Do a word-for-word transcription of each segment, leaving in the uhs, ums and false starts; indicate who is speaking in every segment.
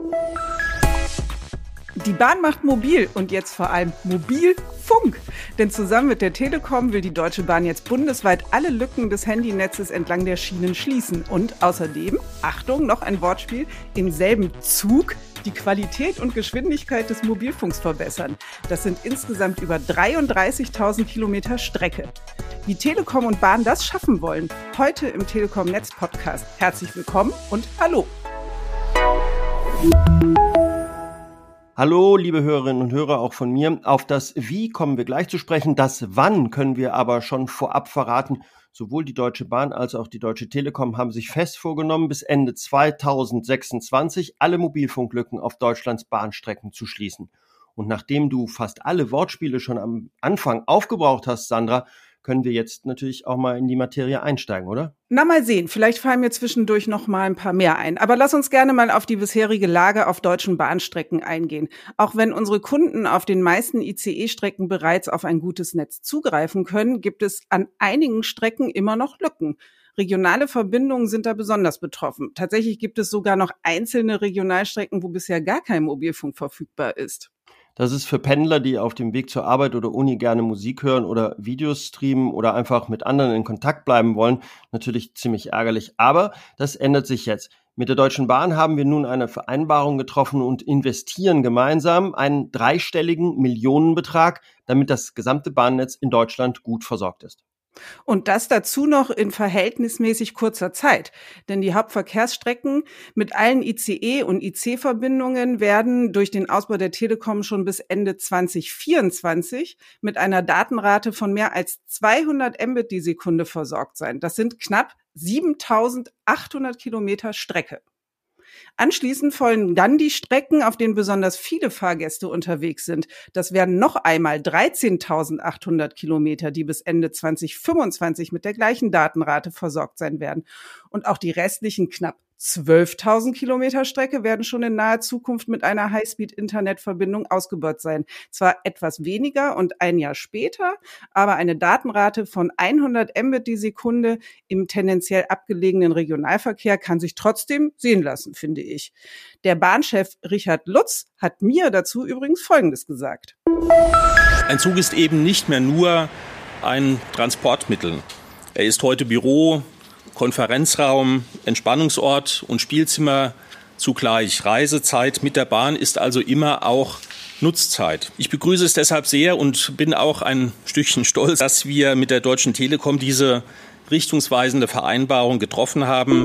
Speaker 1: Die Bahn macht mobil und jetzt vor allem Mobilfunk. Denn zusammen mit der Telekom will die Deutsche Bahn jetzt bundesweit alle Lücken des Handynetzes entlang der Schienen schließen. Und außerdem, Achtung, noch ein Wortspiel, im selben Zug die Qualität und Geschwindigkeit des Mobilfunks verbessern. Das sind insgesamt über dreiunddreißigtausend Kilometer Strecke. Wie Telekom und Bahn das schaffen wollen, heute im Telekom Netz Podcast. Herzlich willkommen und hallo.
Speaker 2: Hallo, liebe Hörerinnen und Hörer, auch von mir. Auf das Wie kommen wir gleich zu sprechen. Das Wann können wir aber schon vorab verraten. Sowohl die Deutsche Bahn als auch die Deutsche Telekom haben sich fest vorgenommen, bis Ende zweitausendsechsundzwanzig alle Mobilfunklücken auf Deutschlands Bahnstrecken zu schließen. Und nachdem du fast alle Wortspiele schon am Anfang aufgebraucht hast, Sandra, können wir jetzt natürlich auch mal in die Materie einsteigen, oder?
Speaker 1: Na, mal sehen. Vielleicht fallen mir zwischendurch noch mal ein paar mehr ein. Aber lass uns gerne mal auf die bisherige Lage auf deutschen Bahnstrecken eingehen. Auch wenn unsere Kunden auf den meisten I C E-Strecken bereits auf ein gutes Netz zugreifen können, gibt es an einigen Strecken immer noch Lücken. Regionale Verbindungen sind da besonders betroffen. Tatsächlich gibt es sogar noch einzelne Regionalstrecken, wo bisher gar kein Mobilfunk verfügbar ist.
Speaker 2: Das ist für Pendler, die auf dem Weg zur Arbeit oder Uni gerne Musik hören oder Videos streamen oder einfach mit anderen in Kontakt bleiben wollen, natürlich ziemlich ärgerlich. Aber das ändert sich jetzt. Mit der Deutschen Bahn haben wir nun eine Vereinbarung getroffen und investieren gemeinsam einen dreistelligen Millionenbetrag, damit das gesamte Bahnnetz in Deutschland gut versorgt ist.
Speaker 1: Und das dazu noch in verhältnismäßig kurzer Zeit. Denn die Hauptverkehrsstrecken mit allen I C E- und I C-Verbindungen werden durch den Ausbau der Telekom schon bis Ende zwanzig vierundzwanzig mit einer Datenrate von mehr als zweihundert Mbit die Sekunde versorgt sein. Das sind knapp siebentausendachthundert Kilometer Strecke. Anschließend folgen dann die Strecken, auf denen besonders viele Fahrgäste unterwegs sind. Das werden noch einmal dreizehntausendachthundert Kilometer, die bis Ende zwanzig fünfundzwanzig mit der gleichen Datenrate versorgt sein werden. Und auch die restlichen knapp zwölftausend Kilometer Strecke werden schon in naher Zukunft mit einer Highspeed-Internetverbindung ausgebaut sein. Zwar etwas weniger und ein Jahr später, aber eine Datenrate von hundert Mbit die Sekunde im tendenziell abgelegenen Regionalverkehr kann sich trotzdem sehen lassen, finde ich. Der Bahnchef Richard Lutz hat mir dazu übrigens Folgendes gesagt.
Speaker 3: Ein Zug ist eben nicht mehr nur ein Transportmittel. Er ist heute Büro, Konferenzraum, Entspannungsort und Spielzimmer zugleich. Reisezeit mit der Bahn ist also immer auch Nutzzeit. Ich begrüße es deshalb sehr und bin auch ein Stückchen stolz, dass wir mit der Deutschen Telekom diese richtungsweisende Vereinbarung getroffen haben.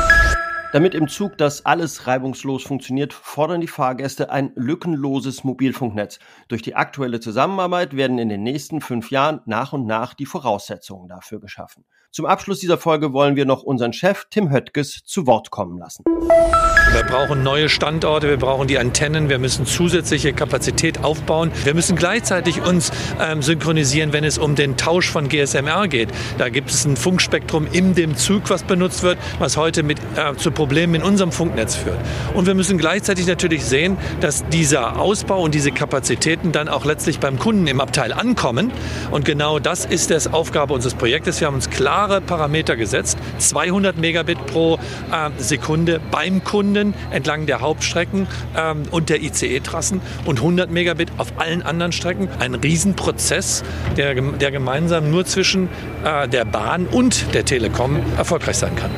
Speaker 2: Damit im Zug das alles reibungslos funktioniert, fordern die Fahrgäste ein lückenloses Mobilfunknetz. Durch die aktuelle Zusammenarbeit werden in den nächsten fünf Jahren nach und nach die Voraussetzungen dafür geschaffen. Zum Abschluss dieser Folge wollen wir noch unseren Chef Tim Höttges zu Wort kommen lassen.
Speaker 4: Wir brauchen neue Standorte, wir brauchen die Antennen, wir müssen zusätzliche Kapazität aufbauen. Wir müssen gleichzeitig uns ähm, synchronisieren, wenn es um den Tausch von G S M R geht. Da gibt es ein Funkspektrum in dem Zug, was benutzt wird, was heute mit, äh, zu Problemen in unserem Funknetz führt. Und wir müssen gleichzeitig natürlich sehen, dass dieser Ausbau und diese Kapazitäten dann auch letztlich beim Kunden im Abteil ankommen. Und genau das ist das Aufgabe unseres Projektes. Wir haben uns klare Parameter gesetzt. zweihundert Megabit pro äh, Sekunde beim Kunden entlang der Hauptstrecken ähm, und der I C E-Trassen und hundert Megabit auf allen anderen Strecken. Ein Riesenprozess, der, der gemeinsam nur zwischen äh, der Bahn und der Telekom erfolgreich sein kann.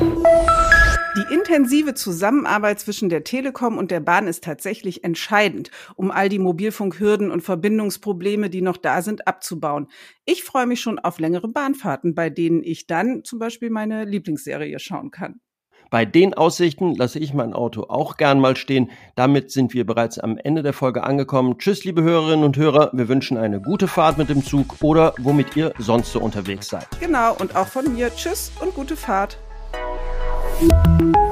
Speaker 1: Die intensive Zusammenarbeit zwischen der Telekom und der Bahn ist tatsächlich entscheidend, um all die Mobilfunkhürden und Verbindungsprobleme, die noch da sind, abzubauen. Ich freue mich schon auf längere Bahnfahrten, bei denen ich dann zum Beispiel meine Lieblingsserie schauen kann.
Speaker 2: Bei den Aussichten lasse ich mein Auto auch gern mal stehen. Damit sind wir bereits am Ende der Folge angekommen. Tschüss, liebe Hörerinnen und Hörer. Wir wünschen eine gute Fahrt mit dem Zug oder womit ihr sonst so unterwegs seid.
Speaker 1: Genau, und auch von mir. Tschüss und gute Fahrt. Thank you.